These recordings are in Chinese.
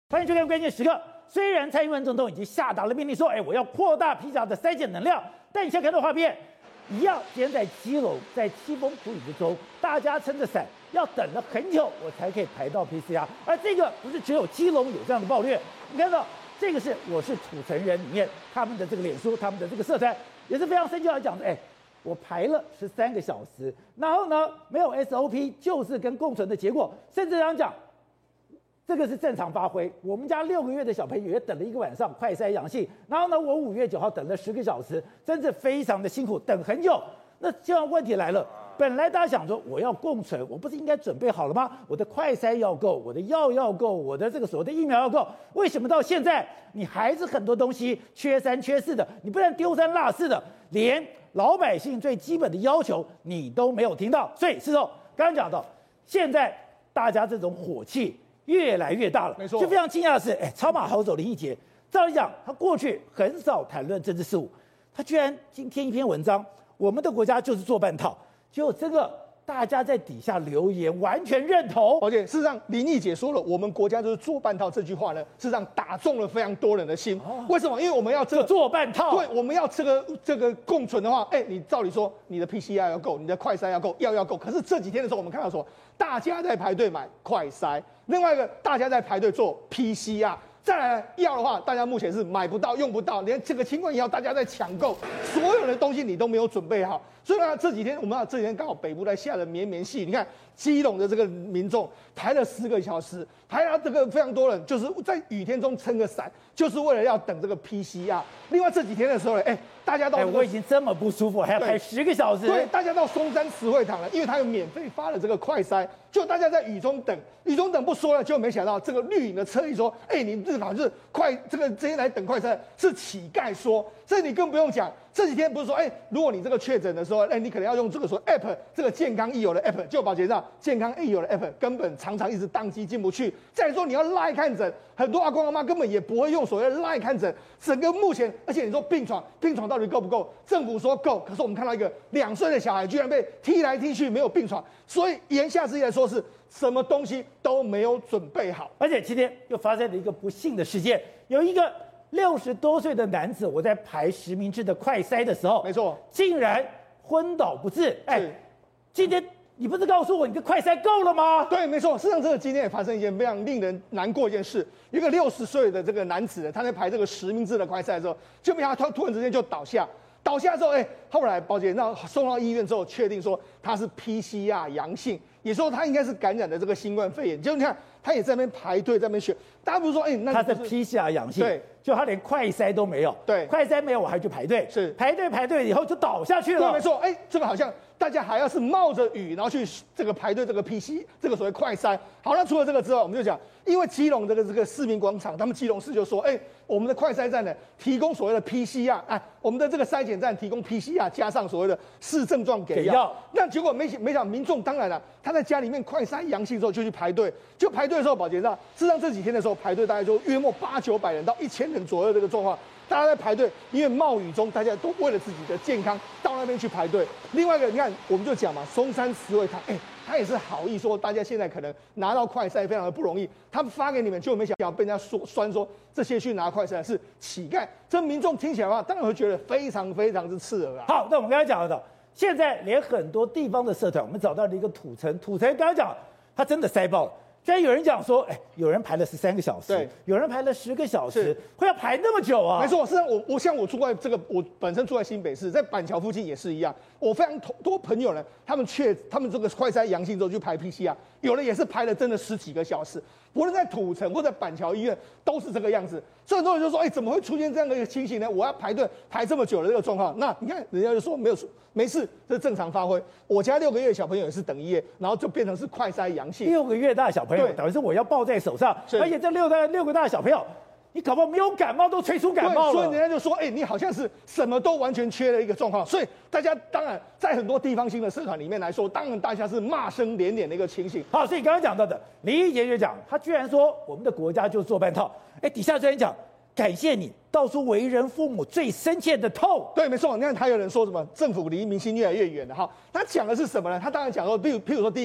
欢迎收看《关键时刻》。虽然蔡英文总统已经下达了命令说，我要扩大PCR的筛检能量，但你现在看到画面，一样，今天在基隆，在凄风苦雨之中，大家撑着伞，要等了很久，我才可以排到 PCR。而这个不是只有基隆有这样的爆料，你看到这个是我是土城人里面他们的这个脸书，他们的这个社团也是非常生气的讲的，我排了13个小时，然后呢没有 SOP， 就是跟共存的结果，甚至这样讲。这个是正常发挥。我们家6个月的小朋友也等了1个晚上，快筛阳性。然后呢，我5月9号等了10个小时，真是非常的辛苦，等很久。那这样问题来了，本来大家想说我要共存，我不是应该准备好了吗？我的快筛要够，我的药要够，我的这个所谓的疫苗要够。为什么到现在你还是很多东西缺3缺4的？你不但丢三落四的，连老百姓最基本的要求你都没有听到。所以，是刚刚讲到，现在大家这种火气越来越大了， 没错。 就非常惊讶的是，超马好手林义杰，照理讲，他过去很少谈论政治事务，他居然今天一篇文章，我们的国家就是做半套，结果这个大家在底下留言完全认同。 而且事实上，林义杰说了，我们国家就是做半套这句话呢，事实上打中了非常多人的心。为什么？因为我们要这个做半套， 对，我们要这个共存的话，你照理说你的 PCR 要够，你的快筛要够，药要够。可是这几天的时候，我们看到说，大家在排队买快筛。另外一个，大家在排队做 PCR， 再来药的话，大家目前是买不到、用不到，连这个新冠疫苗大家在抢购，所有的东西你都没有准备好。所以呢，这几天刚好北部在下了绵绵细雨，你看基隆的这个民众排了10个小时，排了这个非常多人，就是在雨天中撑个伞，就是为了要等这个 PCR。另外这几天的时候呢，大家到我已经这么不舒服，还要排10个小时。 对，大家到松山慈惠堂了，因为他有免费发了这个快筛，就大家在雨中等不说了，就没想到这个绿营的侧翼说，你这好像是这些来等快筛是乞丐说，这你更不用讲。这几天不是说，如果你这个确诊的时候，你可能要用这个说 app， 这个健康益友的 app， 就保洁上健康益友的 app 根本常常一直宕机进不去。再说你要赖看诊，很多阿公阿妈根本也不会用所谓的赖看诊。整个目前，而且你说病床到底够不够？政府说够，可是我们看到一个2岁的小孩居然被踢来踢去，没有病床，所以言下之意来说是什么东西都没有准备好。 而且今天又发生了一个不幸的事件，有一个60多岁的男子，我在排实名制的快筛的时候， 没错， 竟然昏倒不治。今天你不是告诉我你的快筛够了吗？ 对，没错。事实上，这个今天也发生一件非常令人难过一件事，有一个60岁的这个男子，他在排这个实名制的快筛的时候，就没想到他突然之间就倒下之后，后来保洁那送到医院之后，确定说他是 PCR 阳性，也说他应该是感染的这个新冠肺炎。就你看，他也在那边排队，在那边选。大家不是说，那他是 PCR 阳性，对，就他连快筛都没有， 对， 快筛没有，我还去排队， 是排队以后就倒下去了。 对，没错，这个好像大家还要是冒着雨，然后去这个排队这个 PC 这个所谓快筛。好，那除了这个之外，我们就讲，因为基隆这个市民广场，他们基隆市就说，我们的快筛站呢提供所谓的 PCR，我们的这个筛检站提供 PCR 加上所谓的视症状给药。那结果没想民众当然了，他在家里面快筛阳性之后就去排队，就排队的时候，保洁上事实上这几天的时候排队大概就约莫800-900人到1000人左右这个状况。大家在排队，因为冒雨中，大家都为了自己的健康到那边去排队。另外一个，你看，我们就讲嘛，松山慈惠堂，他也是好意说，大家现在可能拿到快筛非常的不容易，他们发给你们，就没想到被人家酸说这些去拿快筛是乞丐。这民众听起来的话，当然会觉得非常非常之刺耳啊。 好，那我们刚才讲的，现在连很多地方的社团，我们找到了一个土城刚才讲，他真的塞爆了。虽然有人讲说，有人排了13个小时，对，有人排了10个小时，会要排那么久啊？ 没错，是我住在这个，我本身住在新北市，在板桥附近也是一样。我非常多朋友呢，他们这个快筛阳性之后去排 PCR， 有的也是排了真的10几个小时。无论在土城或者板桥医院都是这个样子，所以很多人就说，怎么会出现这样的一个情形呢？我要排队排这么久的这个状况，那你看人家就说没事，这是正常发挥。我家6个月的小朋友也是等1夜，然后就变成是快筛阳性。 6个月大的小朋友，等于是我要抱在手上，而且这6个大的小朋友，你搞不好没有感冒都吹出感冒了。 所以人家就说，你好像是什么都完全缺的一个状况。所以大家当然在很多地方性的社团里面来说，当然大家是骂声连连的一个情形。 好，所以刚刚讲到的林义杰就讲，他居然说我们的国家就做半套。底下居然讲感谢你道出为人父母最深切的痛。 对，没错。你看还有人说什么政府离民心越来越远了哈？他讲的是什么呢？他当然讲说，譬如说第一个。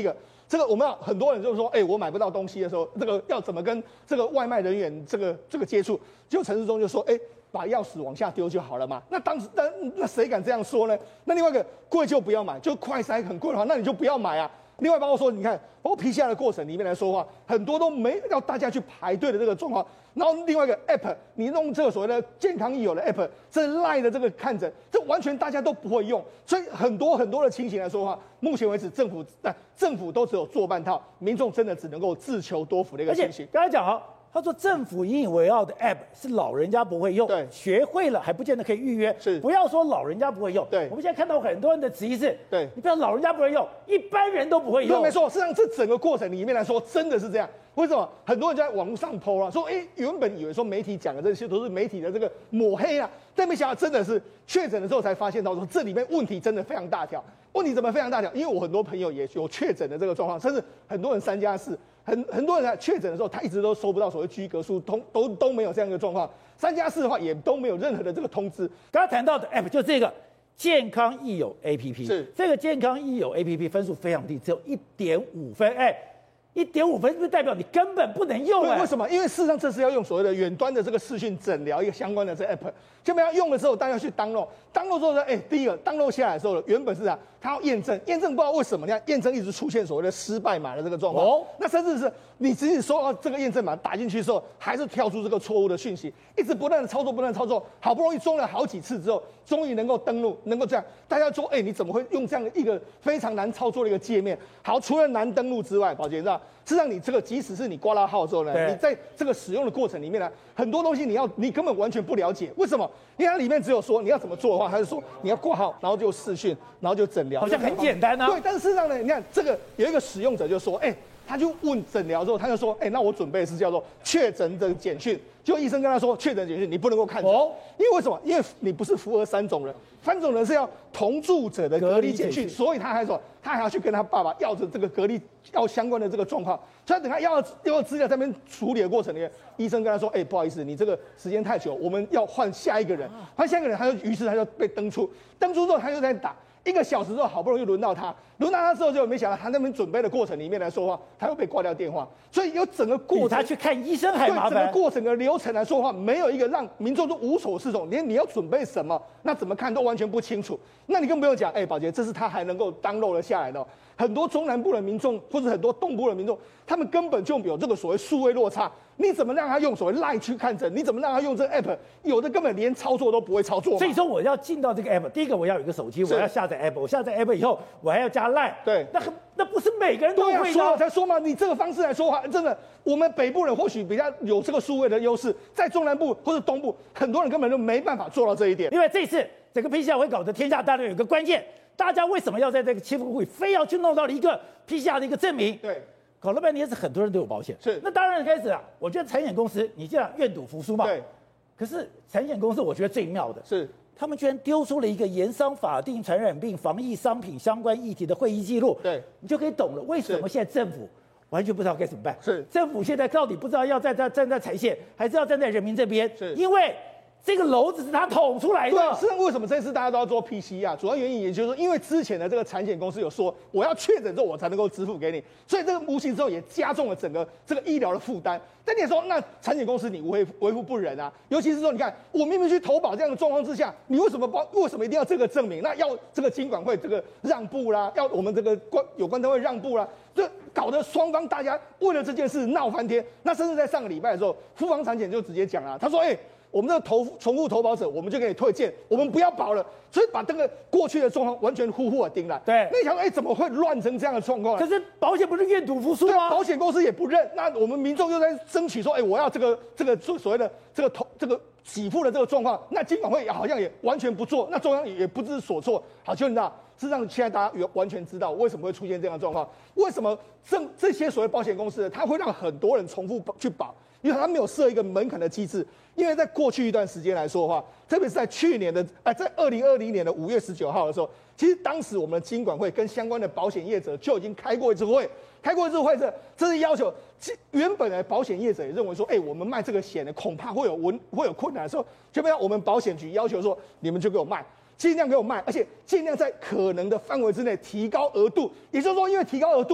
这个我们很多人就是说，我买不到东西的时候，这个要怎么跟这个外卖人员这个接触？就陈时中就说，把钥匙往下丢就好了嘛。那当时那谁敢这样说呢？那另外一个贵就不要买，就快筛很贵的话，那你就不要买啊。另外包括说，你看包括PCR的过程里面来说话，很多都没要大家去排队的这个状况。然后另外一个 app， 你用这个所谓的健康益友的 app， 这赖的这个看诊，这完全大家都不会用，所以很多的情形来说的话，目前为止政府都只有做半套，民众真的只能够自求多福的一个情形。 刚才讲啊。他说：“政府引以为傲的 App 是老人家不会用， 对， 学会了还不见得可以预约。 是， 不要说老人家不会用， 对， 我们现在看到很多人的质疑是， 对， 你不要老人家不会用，一般人都不会用。 对，没错。事实上，这整个过程里面来说，真的是这样。为什么？很多人就在网络上 po 了，说，原本以为说媒体讲的这些都是媒体的这个抹黑啊，但没想到真的是确诊的时候才发现到说，这里面问题真的非常大条。问题怎么非常大条？因为我很多朋友也有确诊的这个状况，甚至很多人3+4。很多人在确诊的时候，他一直都收不到所谓居隔书，都没有这样一个状况。3+4的话，也都没有任何的这个通知。 刚刚谈到的 App 就这个健康益友 APP， 是这个健康益友 APP 分数非常低，只有1.5分。1.5分是不是代表你根本不能用？ 为什么？因为事实上这是要用所谓的远端的这个视讯诊疗一个相关的这 app， 就没有用的时候，大家要去 download 之后呢，第一个 download 下来的时候，原本是它要验证不知道为什么，你看验证一直出现所谓的失败码的这个状况。那甚至是你即使收到这个验证码打进去的时候，还是跳出这个错误的讯息，一直不断的操作，好不容易装了好几次之后，终于能够登录，能够这样，大家说，你怎么会用这样一个非常难操作的一个界面？好，除了难登录之外，宝杰你知道，事实上你这个即使是你挂了号之后呢，你在这个使用的过程里面呢，很多东西你根本完全不了解，为什么？因为它里面只有说你要怎么做的话，它是说你要挂号，然后就视讯，然后就诊疗， 好像很简单啊。 对，但是事实上呢，你看这个有一个使用者就说，他就问诊疗之后，他就说，那我准备的是叫做确诊的简讯，就医生跟他说，确诊简讯你不能够看诊，因为为什么？因为你不是符合3种人，3种人是要同住者的隔离简讯，所以他还说他还要去跟他爸爸要着这个隔离要相关的这个状况，所以等他要资料在那边处理的过程里面，医生跟他说，不好意思，你这个时间太久，我们要换下一个人，于是他就被登出之后他就在打。1个小时之后，好不容易轮到他之后，就没想到他那边准备的过程里面来说话，他又被挂掉电话，所以有整个过程， 他去看医生还麻烦。 整个过程的流程来说话，没有一个让民众都无所适从，连你要准备什么，那怎么看都完全不清楚。那你更不用讲，宝杰，这是他还能够download了下来的。很多中南部的民众或者很多东部的民众，他们根本就有这个所谓数位落差。你怎么让他用所谓 LINE 去看诊？你怎么让他用这个 app？ 有的根本连操作都不会操作。 所以说我要进到这个 app， 第一个我要有一个手机，我要下载 app， 我下载 app 以后，我还要加 LINE。 对， 那不是每个人都会的。 所以我才说嘛，你这个方式来说话，真的，我们北部人或许比较有这个数位的优势，在中南部或者东部，很多人根本就没办法做到这一点。 因为这一次整个PCR会搞得天下大乱，有个关键，大家为什么要在这个七福会非要去弄到了一个 PCR 的一个证明？ 对。 搞了半天是很多人都有保险， 是。 那当然开始啊，我觉得产险公司你这样愿赌服输嘛。 对。 可是产险公司我觉得最妙的是， 他们居然丢出了一个研商法定传染病防疫商品相关议题的会议记录。 对。 你就可以懂了为什么现在政府完全不知道该怎么办。 是。 政府现在到底不知道要站在产险，还是要站在人民这边？ 是。 因为这个篓子是他捅出来的。 对，实际上为什么这次大家都要做 PCR？ 主要原因也就是说，因为之前的这个产险公司有说，我要确诊之后我才能够支付给你，所以这个无形之后也加重了整个这个医疗的负担。但你也说，那产险公司你维护不仁啊？尤其是说，你看我明明去投保这样的状况之下，你为什么一定要这个证明？那要这个金管会这个让步啦，要我们这个有关单位让步啦，就搞得双方大家为了这件事闹翻天。那甚至在上个礼拜的时候，富邦产险就直接讲了，他说，我们这个重复投保者，我们就给你推荐，我们不要保了，所以把这个过去的状况完全呼的盯了。 对， 那你想说，怎么会乱成这样的状况？ 可是保险不是愿赌服输吗？ 保险公司也不认，那我们民众又在争取说，我要这个所谓的这个给付的这个状况，那金管会好像也完全不做，那中央也不知所措。好，就你知道，事实上现在大家完全知道为什么会出现这样的状况，为什么这些所谓保险公司，它会让很多人重复去保。因为他没有设一个门槛的机制，因为在过去一段时间来说的话，特别是在去年的在2020年的5月19号的时候，其实当时我们的金管会跟相关的保险业者就已经开过一次会，这是要求原本的保险业者也认为说，我们卖这个险呢，恐怕会有困难的时候，就被我们保险局要求说，你们就给我卖。尽量给我卖，而且尽量在可能的范围之内提高额度，也就是说，因为提高额度嘛，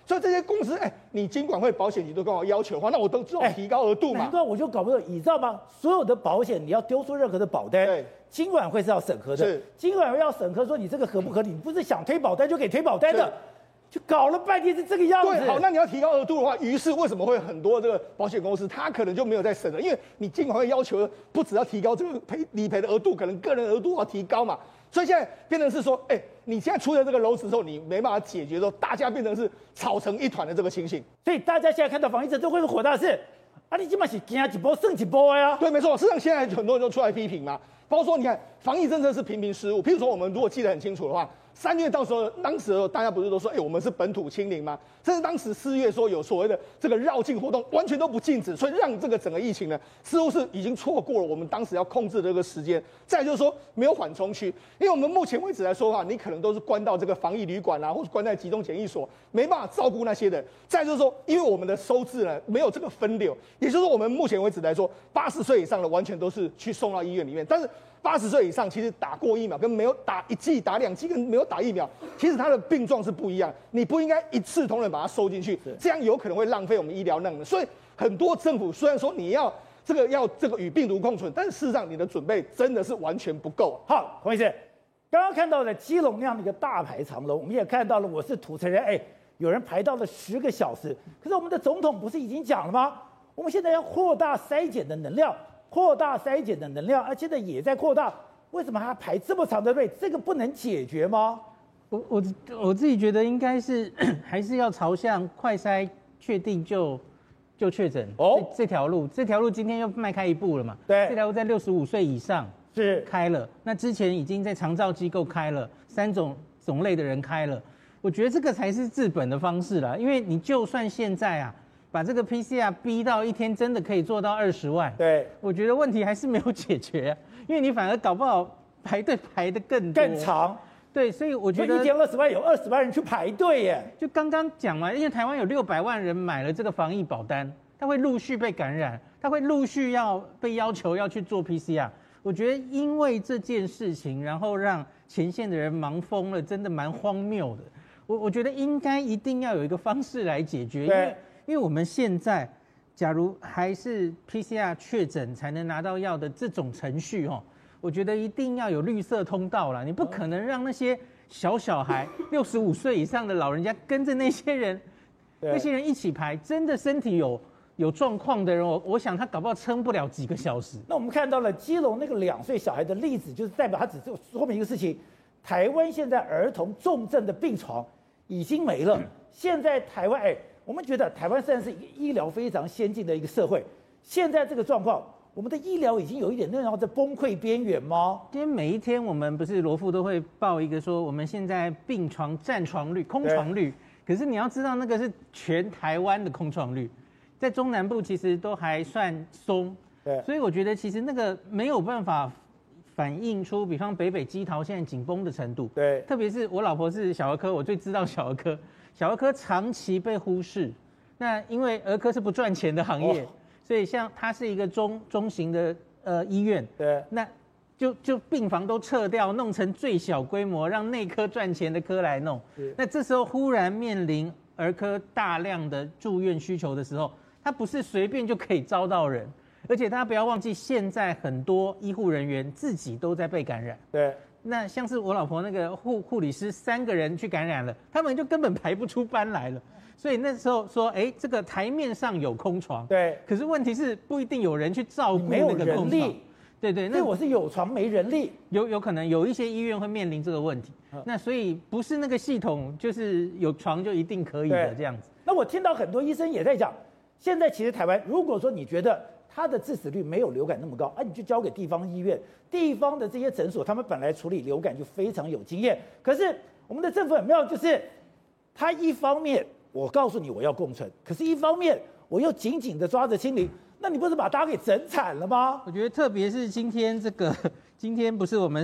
所以这些公司，你金管会、保险局都跟我要求的话，那我都只好提高额度嘛。 难怪我就搞不懂，你知道吗？所有的保险你要丢出任何的保单，金管会是要审核的。 是， 金管会要审核说你这个合不合理，你不是想推保单就给推保单的。就搞了半天是这个样子。 对，好，那你要提高额度的话，于是为什么会很多这个保险公司，他可能就没有在审了，因为你金管会要求不只要提高这个理赔的额度，可能个人额度要提高嘛。所以现在变成是说，你现在出了这个篓子之后，你没办法解决之后，大家变成是吵成一团的这个情形。 所以大家现在看到防疫政策会不会火大是？啊，你基本是惊一波胜一波呀。 对，没错，事实上现在很多人都出来批评嘛，包括说你看防疫政策是频频失误，譬如说我们如果记得很清楚的话。3月当时大家不是都说，我们是本土清零吗？甚至当时4月说有所谓的这个绕境活动，完全都不禁止，所以让这个整个疫情呢，似乎是已经错过了我们当时要控制的这个时间。再就是说没有缓冲区，因为我们目前为止来说的话，你可能都是关到这个防疫旅馆啊，或者关在集中检疫所，没办法照顾那些人。再就是说，因为我们的收治呢没有这个分流，也就是说我们目前为止来说，80岁以上的完全都是去送到医院里面，但是。80岁以上其实打过疫苗跟没有打1剂、打2剂跟没有打疫苗，其实它的病状是不一样。你不应该一视同仁把它收进去，这样有可能会浪费我们医疗能力。所以很多政府虽然说你要这个与病毒共存，但是事实上你的准备真的是完全不够。 好，洪医师，刚刚看到了基隆那样的一个大排长龙，我们也看到了我是土城人，有人排到了10个小时。可是我们的总统不是已经讲了吗？我们现在要扩大筛检的能量。扩大筛检的能量，现在也在扩大，为什么还要排这么长的队？这个不能解决吗？ 我自己觉得应该是还是要朝向快筛确定就确诊这条路今天又迈开一步了嘛？ 对， 这条路在65岁以上是开了，那之前已经在长照机构开了，3种类的人开了，我觉得这个才是治本的方式啦，因为你就算现在啊。把这个 PCR 逼到一天真的可以做到20万， 对， 我觉得问题还是没有解决啊，因为你反而搞不好排队排得更长， 对，所以我觉得 1天20万有20万人去排队耶。 就刚刚讲嘛，因为台湾有600万人买了这个防疫保单，他会陆续被感染，他会陆续要被要求要去做 PCR。我觉得因为这件事情，然后让前线的人忙疯了，真的蛮荒谬的。我觉得应该一定要有一个方式来解决，因为我们现在，假如还是 PCR 确诊才能拿到药的这种程序我觉得一定要有绿色通道啦。你不可能让那些小孩、65岁以上的老人家跟着那些人一起排，真的身体有状况的人，我想他搞不好撑不了几个小时。 那我们看到了基隆那个2岁小孩的例子，就是代表他只是说明一个事情：台湾现在儿童重症的病床已经没了。现在台湾我们觉得台湾虽然是一个医疗非常先进的一个社会，现在这个状况，我们的医疗已经有一点那样在崩溃边缘吗？ 因为每一天我们不是罗副都会报一个说，我们现在病床占床率、空床率，可是你要知道那个是全台湾的空床率，在中南部其实都还算松，所以我觉得其实那个没有办法反映出，比方北基桃现在紧绷的程度，特别是我老婆是小儿科，我最知道小儿科。小儿科长期被忽视，那因为儿科是不赚钱的行业，所以像它是一个中型的医院，那就病房都撤掉，弄成最小规模，让内科赚钱的科来弄。那这时候忽然面临儿科大量的住院需求的时候，它不是随便就可以招到人，而且大家不要忘记，现在很多医护人员自己都在被感染。那像是我老婆那个护理师3个人去感染了，他们就根本排不出班来了。所以那时候说，这个台面上有空床，可是问题是不一定有人去照顾那个空床，对， 那我是有床没人力， 有可能有一些医院会面临这个问题。那所以不是那个系统就是有床就一定可以的这样子。 那我听到很多医生也在讲，现在其实台湾，如果说你觉得它的致死率没有流感那么高，你就交给地方医院，地方的这些诊所，他们本来处理流感就非常有经验。可是我们的政府很妙，就是它一方面我告诉你我要共存，可是一方面我又紧紧的抓着清零，那你不是把大家给整惨了吗？ 我觉得特别是今天不是我们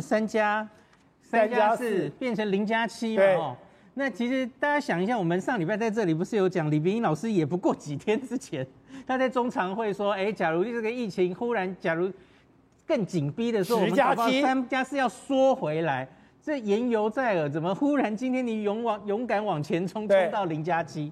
3+4变成0+7嘛那其实大家想一下，我们上礼拜在这里不是有讲李秉英老师也不过几天之前，他在中常会说，假如这个疫情忽然假如更紧逼的时候，我们搞不好3+4要缩回来，这言犹在耳，怎么忽然今天你勇敢往前冲到0+7？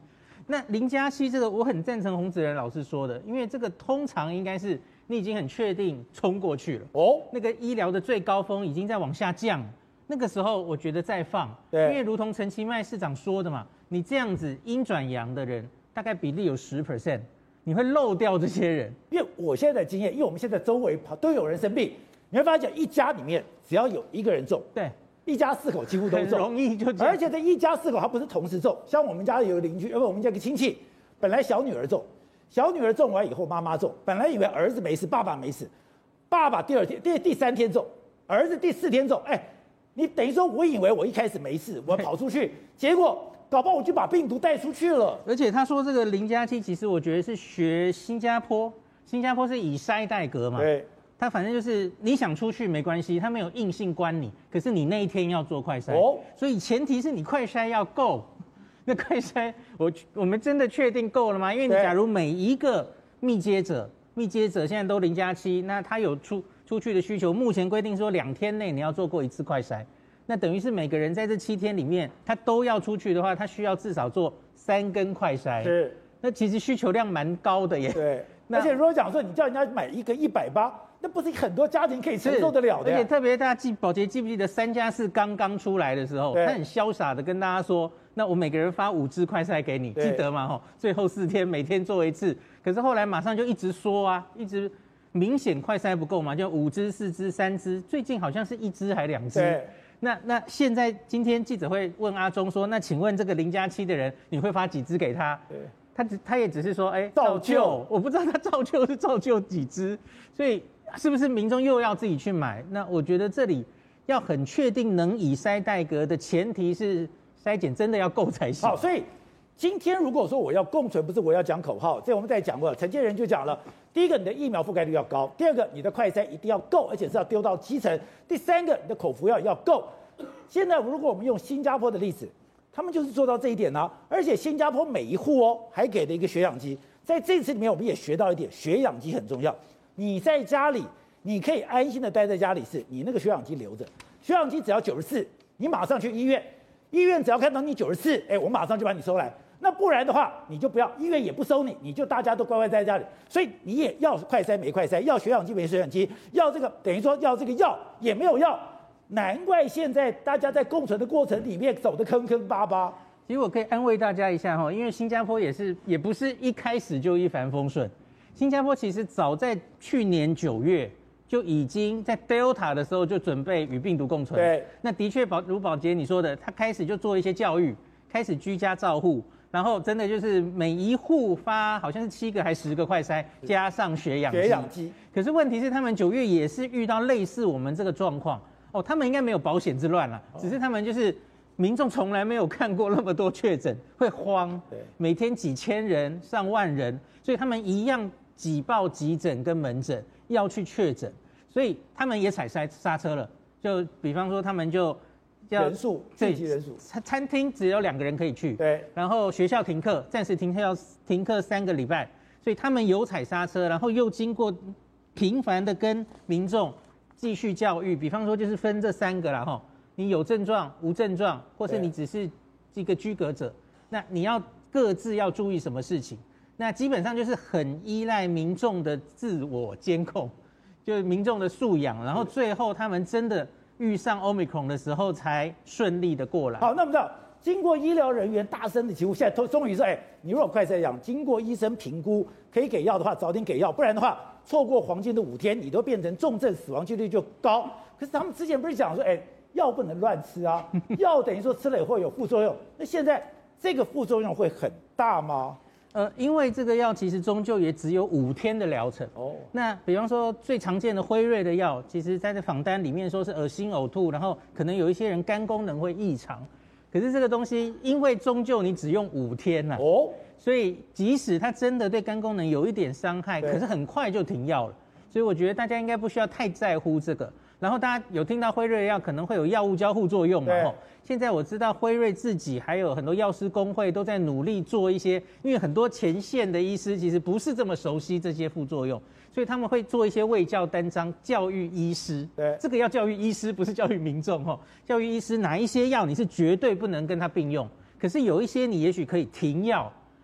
那0+7这个我很赞成洪子仁老师说的，因为这个通常应该是你已经很确定冲过去了哦，那个医疗的最高峰已经在往下降，那个时候我觉得再放，对，因为如同陈其迈市长说的嘛，你这样子阴转阳的人大概比例有10%，你会漏掉这些人。 因为我现在的经验，因为我们现在周围都有人生病，你会发现一家里面只要有一个人中， 对。 一家4口几乎都中， 很容易就这样。 而且这一家4口他不是同时中，像我们家有个邻居，我们家有个亲戚，本来小女儿中，小女儿中完以后妈妈中，本来以为儿子没事，爸爸没事，爸爸第3天中，儿子第4天中，你等于说我以为我一开始没事，我跑出去，结果搞不好我就把病毒带出去了。 而且他说这个0+7，其实我觉得是学新加坡，新加坡是以筛代隔嘛， 对。 他反正就是你想出去没关系，他没有硬性关你，可是你那一天要做快筛，所以前提是你快筛要够。那快筛我们真的确定够了吗？因为你假如每一个密接者现在都0+7，那他有出去的需求，目前规定说2天内你要做过1次快筛，那等于是每个人在这7天里面他都要出去的话，他需要至少做3根快筛。 是， 那其实需求量蛮高的耶。 对，而且如果讲说你叫人家买一个180，那不是很多家庭可以承受得了的。 而且特别大家宝洁记不记得3+4刚出来的时候，他很潇洒的跟大家说，那我每个人发5支快筛给你，记得吗？最后4天每天做1次。可是后来马上就一直说啊，一直明显快筛不够嘛，就5支、4支、3支，最近好像是1支还2支。那现在今天记者会问阿中说，那请问这个0+7的人，你会发几支给他？他也只是说，照旧，我不知道他照旧是照旧几支，所以是不是民众又要自己去买？那我觉得这里要很确定能以筛代隔的前提是筛检真的要够才行。 好，所以今天如果说我要共存，不是我要讲口号，这我们在讲过，陈建仁就讲了，第一个你的疫苗覆盖率要高，第二个你的快筛一定要够，而且是要丢到基层，第三个你的口服药要够。现在如果我们用新加坡的例子，他们就是做到这一点呢，而且新加坡每一户还给了一个血氧机，在这次里面我们也学到一点，血氧机很重要。你在家里，你可以安心的待在家里，是你那个血氧机留着，血氧机只要94，你马上去医院，医院只要看到你94，我马上就把你收来。那不然的话，你就不要，医院也不收你，你就大家都乖乖在家里。所以你也要快筛没快筛，要血氧机没血氧机，要这个等于说要这个药也没有药，难怪现在大家在共存的过程里面走得坑坑巴巴。 其实我可以安慰大家一下哈，因为新加坡也不是一开始就一帆风顺。新加坡其实早在去年9月就已经在 Delta 的时候就准备与病毒共存。 对， 那的确如宝杰你说的，他开始就做一些教育，开始居家照护，然后真的就是每一户发好像是7个还10个快筛，加上血氧机。可是问题是他们9月也是遇到类似我们这个状况哦，他们应该没有保险之乱啦，只是他们就是民众从来没有看过那么多确诊，会慌，每天几千人、上万人，所以他们一样挤爆急诊跟门诊要去确诊，所以他们也踩刹车了。就比方说，他们就要人数聚集人数， 餐厅只有2个人可以去， 对，然后学校停课，暂时停课3个礼拜，所以他们有踩刹车，然后又经过频繁的跟民众继续教育，比方说就是分这3个啦哈。你有症状、无症状，或是你只是一个居隔者，那你要各自要注意什么事情？那基本上就是很依赖民众的自我监控，就是民众的素养，然后最后他们真的遇上 Omicron 的时候才顺利的过来。 好，那我们知道，经过医疗人员大声的疾呼，现在终于说，你如果快筛阳，经过医生评估可以给药的话，早点给药，不然的话，错过黄金的5天，你都变成重症死亡几率就高。可是他们之前不是讲说，药不能乱吃啊，药等于说吃了以后有副作用，那现在这个副作用会很大吗？ 因为这个药其实终究也只有5天的疗程。那比方说最常见的辉瑞的药，其实在这访单里面说是恶心呕吐，然后可能有一些人肝功能会异常。可是这个东西，因为终究你只用5天呐，所以即使它真的对肝功能有一点伤害，可是很快就停药了。所以我觉得大家应该不需要太在乎这个。然后大家有听到辉瑞的药可能会有药物交互作用嘛？现在我知道辉瑞自己还有很多药师工会都在努力做一些，因为很多前线的医师其实不是这么熟悉这些副作用，所以他们会做一些卫教单张，教育医师。对，这个要教育医师，不是教育民众哦。教育医师哪一些药你是绝对不能跟他并用，可是有一些你也许可以停药，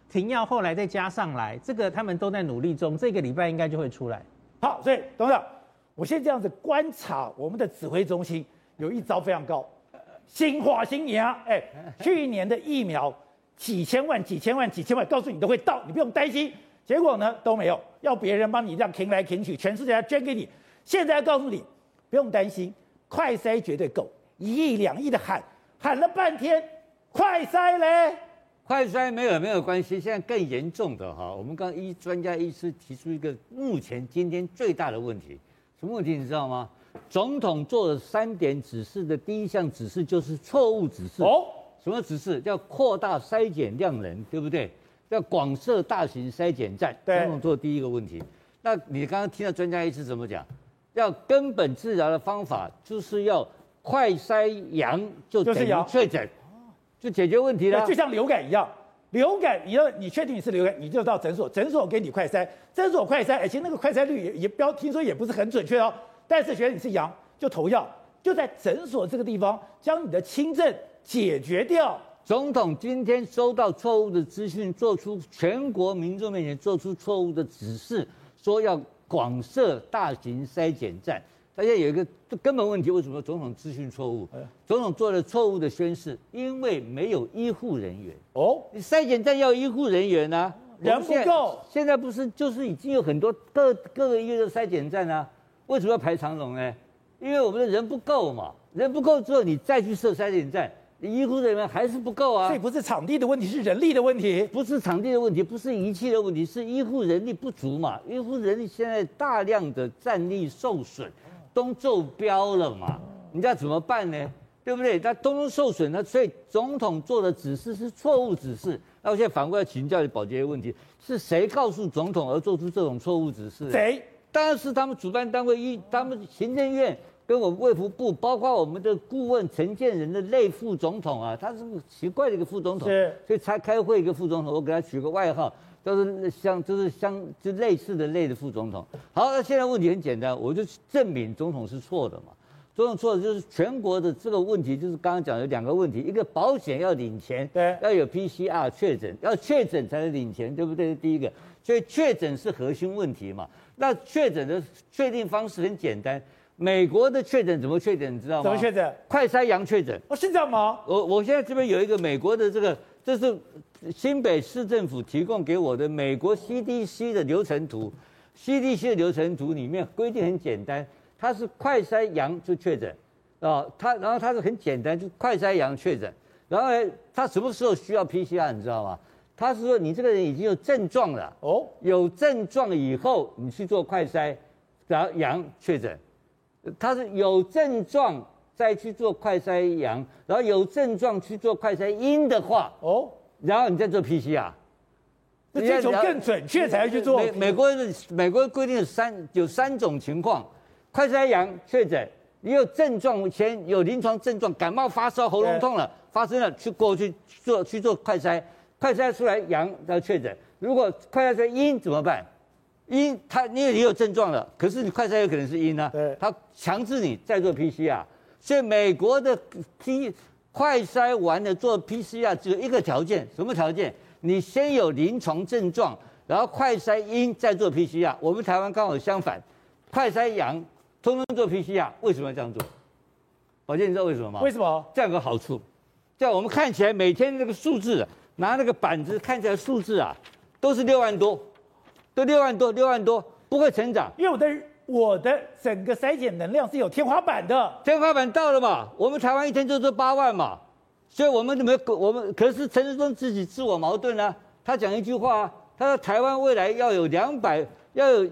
停药后来再加上来，这个他们都在努力中，这个礼拜应该就会出来。 好，所以董事长，我现在这样子观察我们的指挥中心有一招非常高，新华新年啊，去年的疫苗几千万，告诉你都会到，你不用担心。结果呢都没有，要别人帮你这样停来停去，全世界要捐给你。现在告诉你不用担心，快筛绝对够，1亿2亿的喊了半天，快筛嘞？ 快筛没有关系，现在更严重的哈，我们刚专家医师提出一个目前今天最大的问题，什么问题你知道吗？总统做了3点指示的第一项指示就是错误指示哦。什么指示？叫扩大筛检量能，对不对？要广设大型筛检站，总统做的第一个问题。那你刚刚听到专家医师怎么讲？要根本治疗的方法就是要快筛阳就等于确诊，就解决问题了。 就像流感一样，流感你确定你是流感，你就到诊所，诊所给你快筛，诊所快筛，其实那个快筛率也听说也不是很准确哦。但是觉得你是阳就投药，就在诊所这个地方将你的轻症解决掉。 总统今天收到错误的资讯，做出全国民众面前做出错误的指示，说要广设大型筛检站。大家有一个根本问题，为什么总统资讯错误？总统做了错误的宣示，因为没有医护人员。哦，你筛检站要医护人员啊， 人不够。 现在不是就是已经有很多各个医院的筛检站啊，为什么要排长龙呢？因为我们的人不够嘛，人不够之后，你再去设筛检站。医护人员还是不够啊， 所以不是场地的问题，是人力的问题。 不是场地的问题，不是仪器的问题，是医护人力不足嘛。医护人力现在大量的战力受损，都中标了嘛，你要怎么办呢？对不对？那都受损了，所以总统做的指示是错误指示。那我现在反过来请教你保洁的问题，是谁告诉总统而做出这种错误指示？ 谁？ 当然是他们主办单位，他们行政院。跟我们卫福部，包括我们的顾问陈建仁的类副总统啊，他是个奇怪的一个副总统，所以才开会一个副总统，我给他取个外号，都是类似的类的副总统。好，那现在问题很简单，我就证明总统是错的嘛。总统错的就是全国的这个问题，就是刚刚讲的2个问题，一个保险要领钱， 对， 要有 PCR 确诊，要确诊才能领钱，对不对？第一个，所以确诊是核心问题嘛。那确诊的确定方式很简单。美国的确诊怎么确诊？你知道吗？ 怎么确诊？ 快筛阳确诊。 是这样吗？ 我现在这边有一个美国的这是新北市政府提供给我的美国 CDC 的流程图。CDC 的流程图里面规定很简单，它是快筛阳就确诊啊，然后它是很简单，就快筛阳确诊。然后呢，它什么时候需要 PCR？ 你知道吗？他是说你这个人已经有症状了哦，有症状以后你去做快筛，然后阳确诊。他是有症状再去做快筛阳，然后有症状去做快筛阴的话，哦，然后你再做 PCR， 那追求更准确才要去做。 美国规定有三种情况：快筛阳确诊，你有症状前有临床症状，感冒发烧、喉咙痛了，发生了去做快筛，快筛出来阳要确诊。如果快筛出来阴怎么办？阴你也有症状了，可是你快筛有可能是阴啊，他强制你再做 PCR， 所以美国的快筛完了做 PCR 只有一个条件，什么条件？你先有临床症状，然后快筛阴再做 PCR。我们台湾刚好相反，快筛阳通通做 PCR， 为什么要这样做？宝健，你知道为什么吗？ 为什么？ 这样有个好处，这样我们看起来每天那个数字，拿那个板子看起来数字啊，都是6万多。都6万多，不会成长， 因为我的整个筛检能量是有天花板的， 天花板到了嘛，我们台湾一天就做8万嘛，所以我们可是陈时中自己自我矛盾啊，他讲一句话啊，他说台湾未来要有200%，要有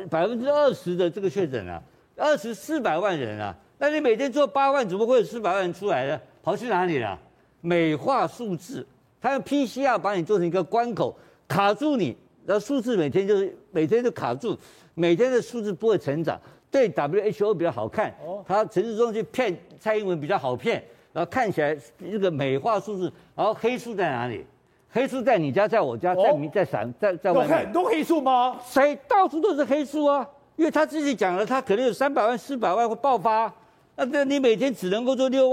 20%的这个确诊啊，400万人啊，那你每天做8万，怎么会有400万人出来呢？跑去哪里了？美化数字，他用 PCR 把你做成一个关口，卡住你。然后数字每天就卡住，每天的数字不会成长，对 WHO 比较好看。他陈时中去骗蔡英文比较好骗，然后看起来这个美化数字，然后黑数在哪里？黑数在你家，在我家，在外面。 有很多黑数吗？ 到处都是黑数啊！因为他自己讲了，他可能有300万、400万会爆发。那你每天只能够做6万，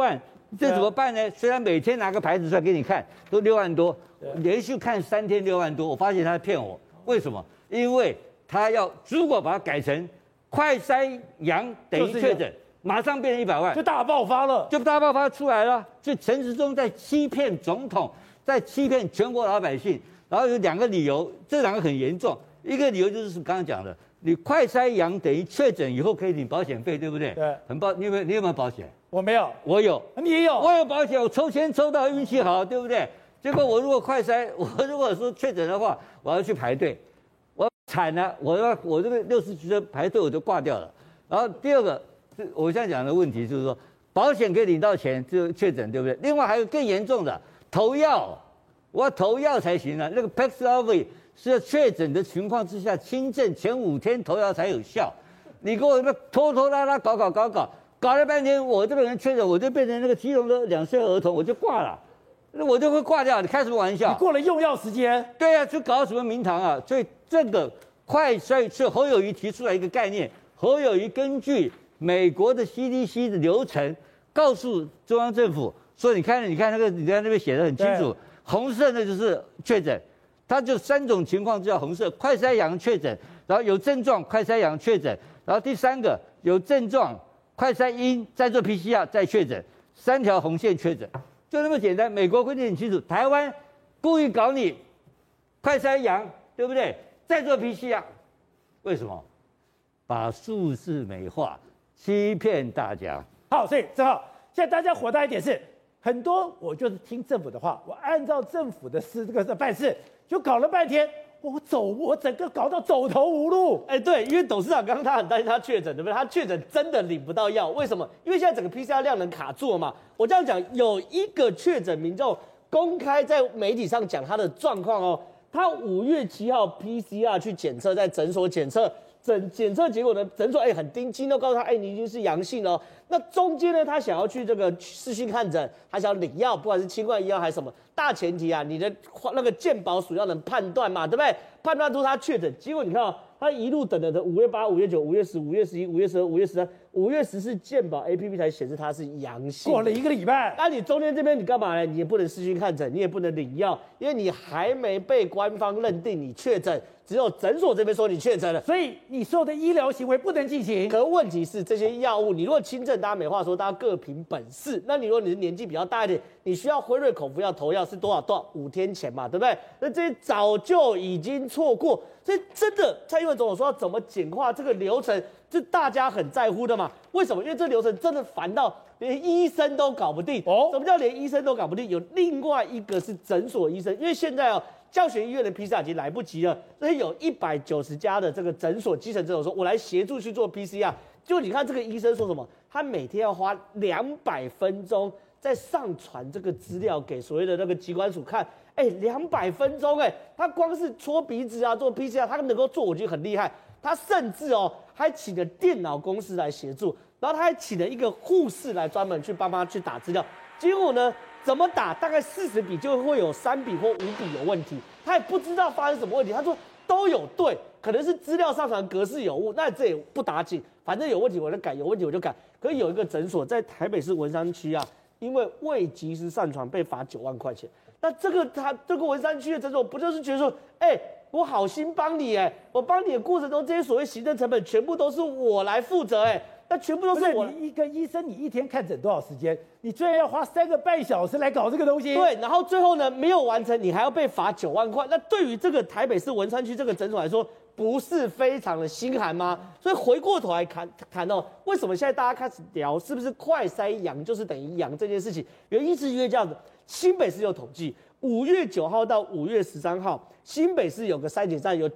这怎么办呢？虽然每天拿个牌子出来给你看，都6万多，连续看3天6万多，我发现他在骗我。为什么？因为他要如果把它改成快筛阳等于确诊，马上变成100万， 就大爆发了， 就大爆发出来了。就陈时中在欺骗总统，在欺骗全国老百姓。然后有2个理由，这2个很严重。一个理由就是刚刚讲的，你快筛阳等于确诊以后可以领保险费，对不对？ 对， 你有没有保险？ 我没有， 我有， 你也有， 我有保险，我抽签抽到运气好，对不对？结果我如果快筛，我如果说确诊的话，我要去排队，我惨了，我这个60几岁排队我就挂掉了。然后第二个，我现在讲的问题就是说，保险可以领到钱就确诊，对不对？另外还有更严重的投药，我要投药才行啊。那个 Paxlovid 是要确诊的情况之下，轻症前5天投药才有效。你给我那拖拖拉拉搞了半天，我这个人确诊，我就变成那个基隆的2岁儿童，我就挂了，我就会挂掉。你开什么玩笑？ 你过了用药时间。 对啊，就搞什么名堂啊！所以这个快筛是侯友宜提出来一个概念，侯友宜根据美国的 CDC 的流程，告诉中央政府说，你看那个，你看那边写的很清楚，红色那就是确诊，它就3种情况叫红色：快筛阳确诊，然后有症状快筛阳确诊，然后第3个有症状快筛阴再做 PCR 再确诊，3条红线确诊，就那么简单。美国规定很清楚，台湾故意搞你快筛阳，对不对？再做 PCR， 为什么？把数字美化，欺骗大家。 好，所以正好现在大家火大一点是，很多我就是听政府的话，我按照政府的这个办事，就搞了半天，我整个搞到走投无路。 对，因为董事长刚刚他很担心他确诊，对不对？他确诊真的领不到药，为什么？因为现在整个 PCR 量能卡住了嘛。我这样讲，有一个确诊民众公开在媒体上讲他的状况哦，他5月7号 PCR 去检测，在诊所检测。检测结果呢？诊所很盯紧，都告诉他，你已经是阳性了。那中间呢，他想要去这个视讯看诊，他想要领药，不管是清冠医药还是什么，大前提啊，你的那个健保署要能判断嘛，对不对？判断出他确诊，结果你看哦，他一路等5月8、5月9、5月10、5月11、5月12、5月13、5月14，健保 APP 才显示他是阳性。 过了1个礼拜， 那你中间这边你干嘛呢？你也不能视讯看诊，你也不能领药，因为你还没被官方认定你确诊。只有诊所这边说你确诊了， 所以你所有的医疗行为不能进行。 可问题是这些药物，你如果轻症，大家没话说，大家各凭本事。那你如果你是年纪比较大一点，你需要辉瑞口服药投药是多少？5天前嘛，对不对？那这些早就已经错过。所以真的，蔡英文总统说要怎么简化这个流程，是大家很在乎的嘛？为什么？因为这流程真的烦到连医生都搞不定。什么叫连医生都搞不定？有另外一个是诊所医生，因为现在教学医院的 PCR 已经来不及了，所以有190家的这个诊所、基层诊所说，我来协助去做 PCR。就你看这个医生说什么，他每天要花200分钟在上传这个资料给所谓的那个疾管署看，200分钟，他光是戳鼻子啊、做 PCR， 他能够做，我觉得很厉害。他甚至还请了电脑公司来协助，然后他还请了一个护士来专门去帮他去打资料。结果呢？怎么打？大概40笔就会有3笔或5笔有问题，他也不知道发生什么问题。他说都有对，可能是资料上传格式有误，那这也不打紧，反正有问题我就改，有问题我就改。可是有一个诊所在台北市文山区啊，因为未及时上传被罚9万块钱。那这个文山区的诊所不就是觉得说，我好心帮你，我帮你的过程中这些所谓行政成本全部都是我来负责，那全部都是我。 你一个医生，你一天看诊多少时间？你居然要花3个半小时来搞这个东西？ 对，然后最后呢没有完成，你还要被罚9万块。那对于这个台北市文山区这个诊所来说，不是非常的心寒吗？所以回过头来谈为什么现在大家开始聊是不是快筛阳就是等于阳这件事情？原因是因为这样子，新北市有统计，5月9号到5月13号，新北市有个筛检站有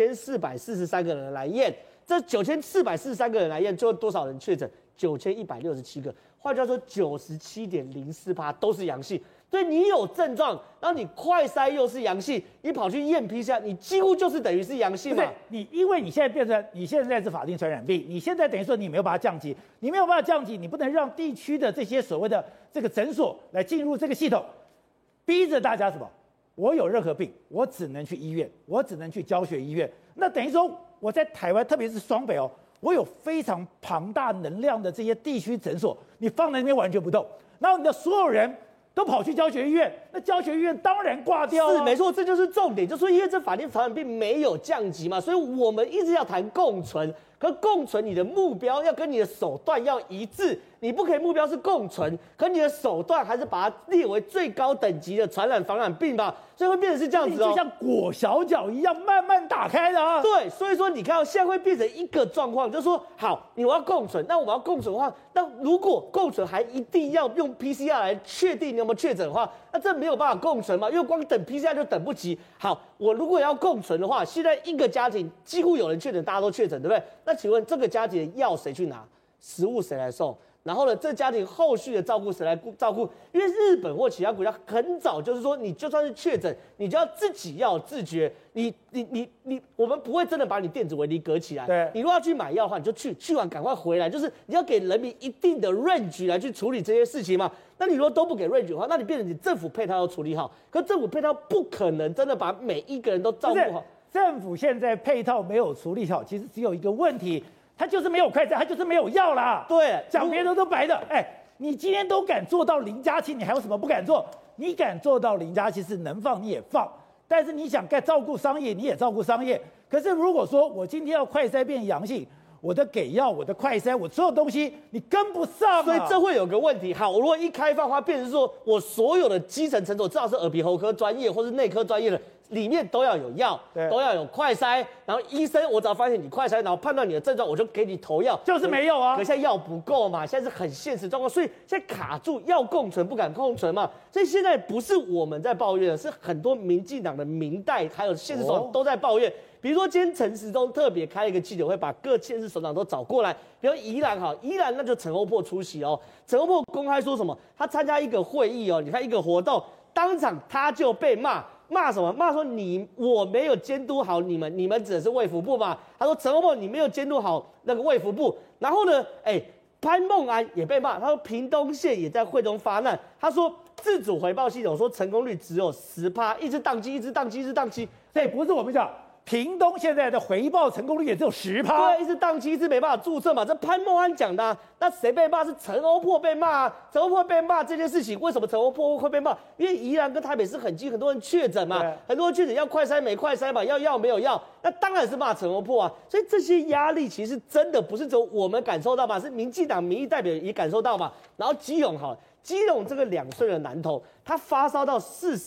9443个人来验。这9443个人来验，最后多少人确诊？9167个，换句话说，97.04%都是阳性。所以你有症状，然后你快筛又是阳性，你跑去验 PCR，你几乎就是等于是阳性嘛。 因为你现在变成你现在是法定传染病，你现在等于说你没有办法降级，你没有办法降级，你不能让地区的这些所谓的这个诊所来进入这个系统，逼着大家什么？我有任何病，我只能去医院，我只能去教学医院。那等于说。我在台湾，特别是双北我有非常庞大能量的这些地区诊所，你放在那边完全不动。 然后你的所有人都跑去教学医院，那教学医院当然挂掉啊。 是没错，这就是重点，就说因为这法定传染病没有降级嘛，所以我们一直要谈共存。可共存，你的目标要跟你的手段要一致，你不可以目标是共存，可你的手段还是把它列为最高等级的传染防染病吧，所以会变成是这样子哦， 就像裹小脚一样慢慢打开的啊。 对，所以说你看到现在会变成一个状况，就是说好，我要共存，那我们要共存的话，那如果共存还一定要用 PCR 来确定你有没有确诊的话，那这没有办法共存嘛，因为光等 PCR 就等不及。好，我如果要共存的话，现在一个家庭几乎有人确诊，大家都确诊，对不对？那请问这个家庭的药谁去拿？食物谁来送？然后呢，这家庭后续的照顾谁来照顾？因为日本或其他国家很早就是说，你就算是确诊，你就要自己要自觉。我们不会真的把你电子围篱隔起来。 对， 你如果要去买药的话，你就去完赶快回来，就是你要给人民一定的 range 来去处理这些事情嘛。那你如果都不给 range 的话，那你变成你政府配套要处理好，可政府配套不可能真的把每一个人都照顾好。 政府现在配套没有处理好，其实只有一个问题。他就是没有快筛，他就是没有药啦。 对， 讲别的都白的。哎，你今天都敢做到0+7，你还有什么不敢做？你敢做到0+7是能放你也放，但是你想该照顾商业，你也照顾商业。可是如果说我今天要快筛变阳性，我的给药，我的快筛，我所有东西你跟不上啊， 所以这会有个问题。好，我如果一开放的话，变成说我所有的基层诊所，至少是耳鼻喉科专业或是内科专业的。里面都要有药，都要有快筛，然后医生我只要发现你快筛，然后判断你的症状，我就给你投药， 就是没有啊。 可现在药不够嘛，现在是很现实状况，所以现在卡住，要共存不敢共存嘛，所以现在不是我们在抱怨，是很多民进党的民代还有县市首长都在抱怨。比如说今天陈时中特别开了一个记者会，把各县市首长都找过来，比如宜兰好，宜兰那就陈欧珀出席哦，陈欧珀公开说什么？他参加一个会议哦，你看一个活动，当场他就被骂。骂什么？骂说我没有监督好你们指的是卫福部嘛？他说陈欧珀你没有监督好那个卫福部，然后呢，潘孟安也被骂，他说屏东县也在会中发难，他说自主回报系统说成功率只有10%，一直宕机， 这不是我们讲。屏东现在的回报成功率也只有10%， 对，一直宕机，一直没办法注册嘛。这潘孟安讲的啊，那谁被骂？是陈欧珀被骂啊。陈欧珀被骂这件事情，为什么陈欧珀会被骂？因为宜兰跟台北市很近，很多人确诊嘛，很多人确诊要快筛没快筛嘛，要药没有药，那当然是骂陈欧珀啊。所以这些压力其实真的不是只有我们感受到嘛，是民进党民意代表也感受到嘛。然后基隆基隆这个2岁的男童，他发烧到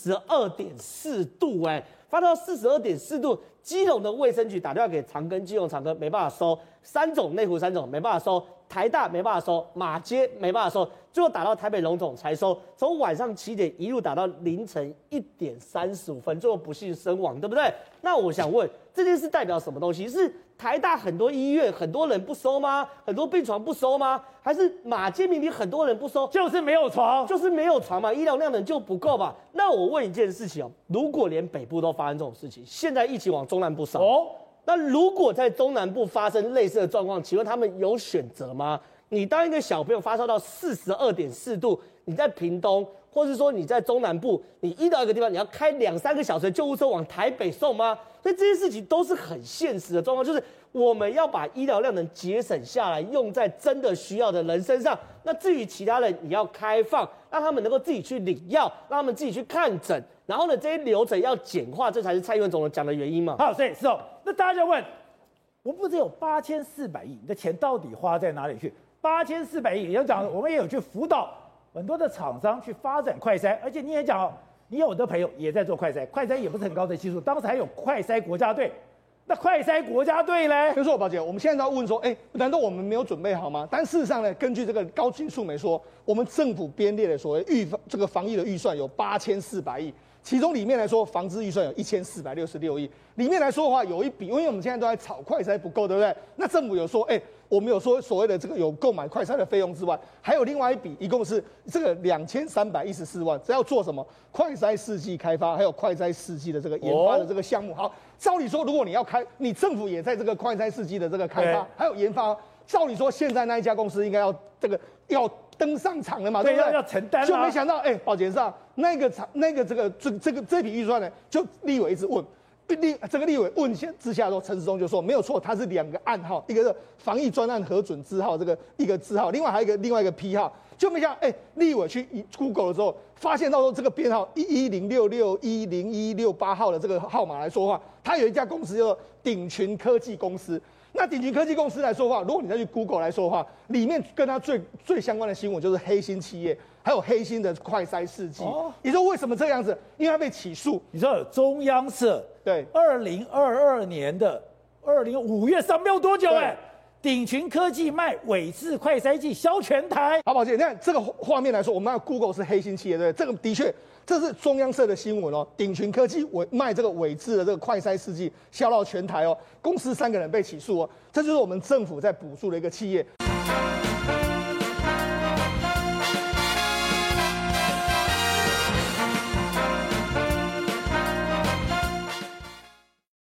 42.4度，发到42.4度。基隆的卫生局打电话给长庚、基隆长庚没办法收，3种内湖3种没办法收，台大没办法收，马街没办法收，最后打到台北荣总才收，从晚上7点一路打到凌晨1点35分，最后不幸身亡，对不对？那我想问，这件事代表什么东西？是台大很多医院很多人不收吗？很多病床不收吗？还是马街明明很多人不收， 就是没有床， 嘛？医疗量能就不够嘛？那我问一件事情哦，如果连北部都发生这种事情，现在疫情往中南部扫，那如果在中南部发生类似的状况，请问他们有选择吗？你当一个小朋友发烧到42.4度，你在屏东，或是说你在中南部，你遇到一个地方，你要开2-3个小时的救护车往台北送吗？所以这些事情都是很现实的状况，就是我们要把医疗量能节省下来，用在真的需要的人身上。那至于其他人，你要开放，让他们能够自己去领药，让他们自己去看诊，然后呢，这些流程要简化，这才是蔡英文总统讲的原因嘛。 好，所以是哦。那大家就问，我们不是有8400亿，你的钱到底花在哪里去？8400亿，也就讲我们也有去辅导很多的厂商去发展快筛，而且你也讲哦，你有的朋友也在做快筛，快筛也不是很高的技术，当时还有快筛国家队。那快筛国家队呢？ 没错，宝姐，我们现在要问说，难道我们没有准备好吗？但事实上呢，根据这个高金素梅说，我们政府编列的所谓这个防疫的预算有8400亿，其中里面来说，防治预算有1466亿，里面来说的话，有一笔，因为我们现在都在炒快筛不够，对不对？那政府有说，我们有说所谓的这个有购买快筛的费用之外，还有另外一笔，一共是这个2314万，这要做什么？快筛试剂开发，还有快筛试剂的这个研发的这个项目。好，照理说，如果你要开，你政府也在这个快筛试剂的这个开发还有研发，照理说现在那一家公司应该要登上场了嘛，对不对？ 要承担。 就没想到，宝杰上这笔预算呢，就立委一直问。 这个立委问之下，陈时中就说没有错，他是2个暗号，一个是防疫专案核准字号，这个一个字号，另外一个批号，就没想到立委去 Google 的时候，发现到说这个编号11066101168号的这个号码来说话，它有一家公司叫做鼎群科技公司。那鼎群科技公司来说话，如果你再去 Google 来说话，里面跟它最相关的新闻就是黑心企业，还有黑心的快筛试剂。你说为什么这样子？因为它被起诉。 你知道有中央社对 2022年的5月上没有多久鼎群科技卖伪制快筛剂销全台。 好，宝姐，你看这个画面来说，我们看 Google 是黑心企业，对不对？这个的确，这是中央社的新闻哦。鼎群科技卖这个伪制的这个快筛试剂销到全台哦，公司3个人被起诉哦，这就是我们政府在补助的一个企业。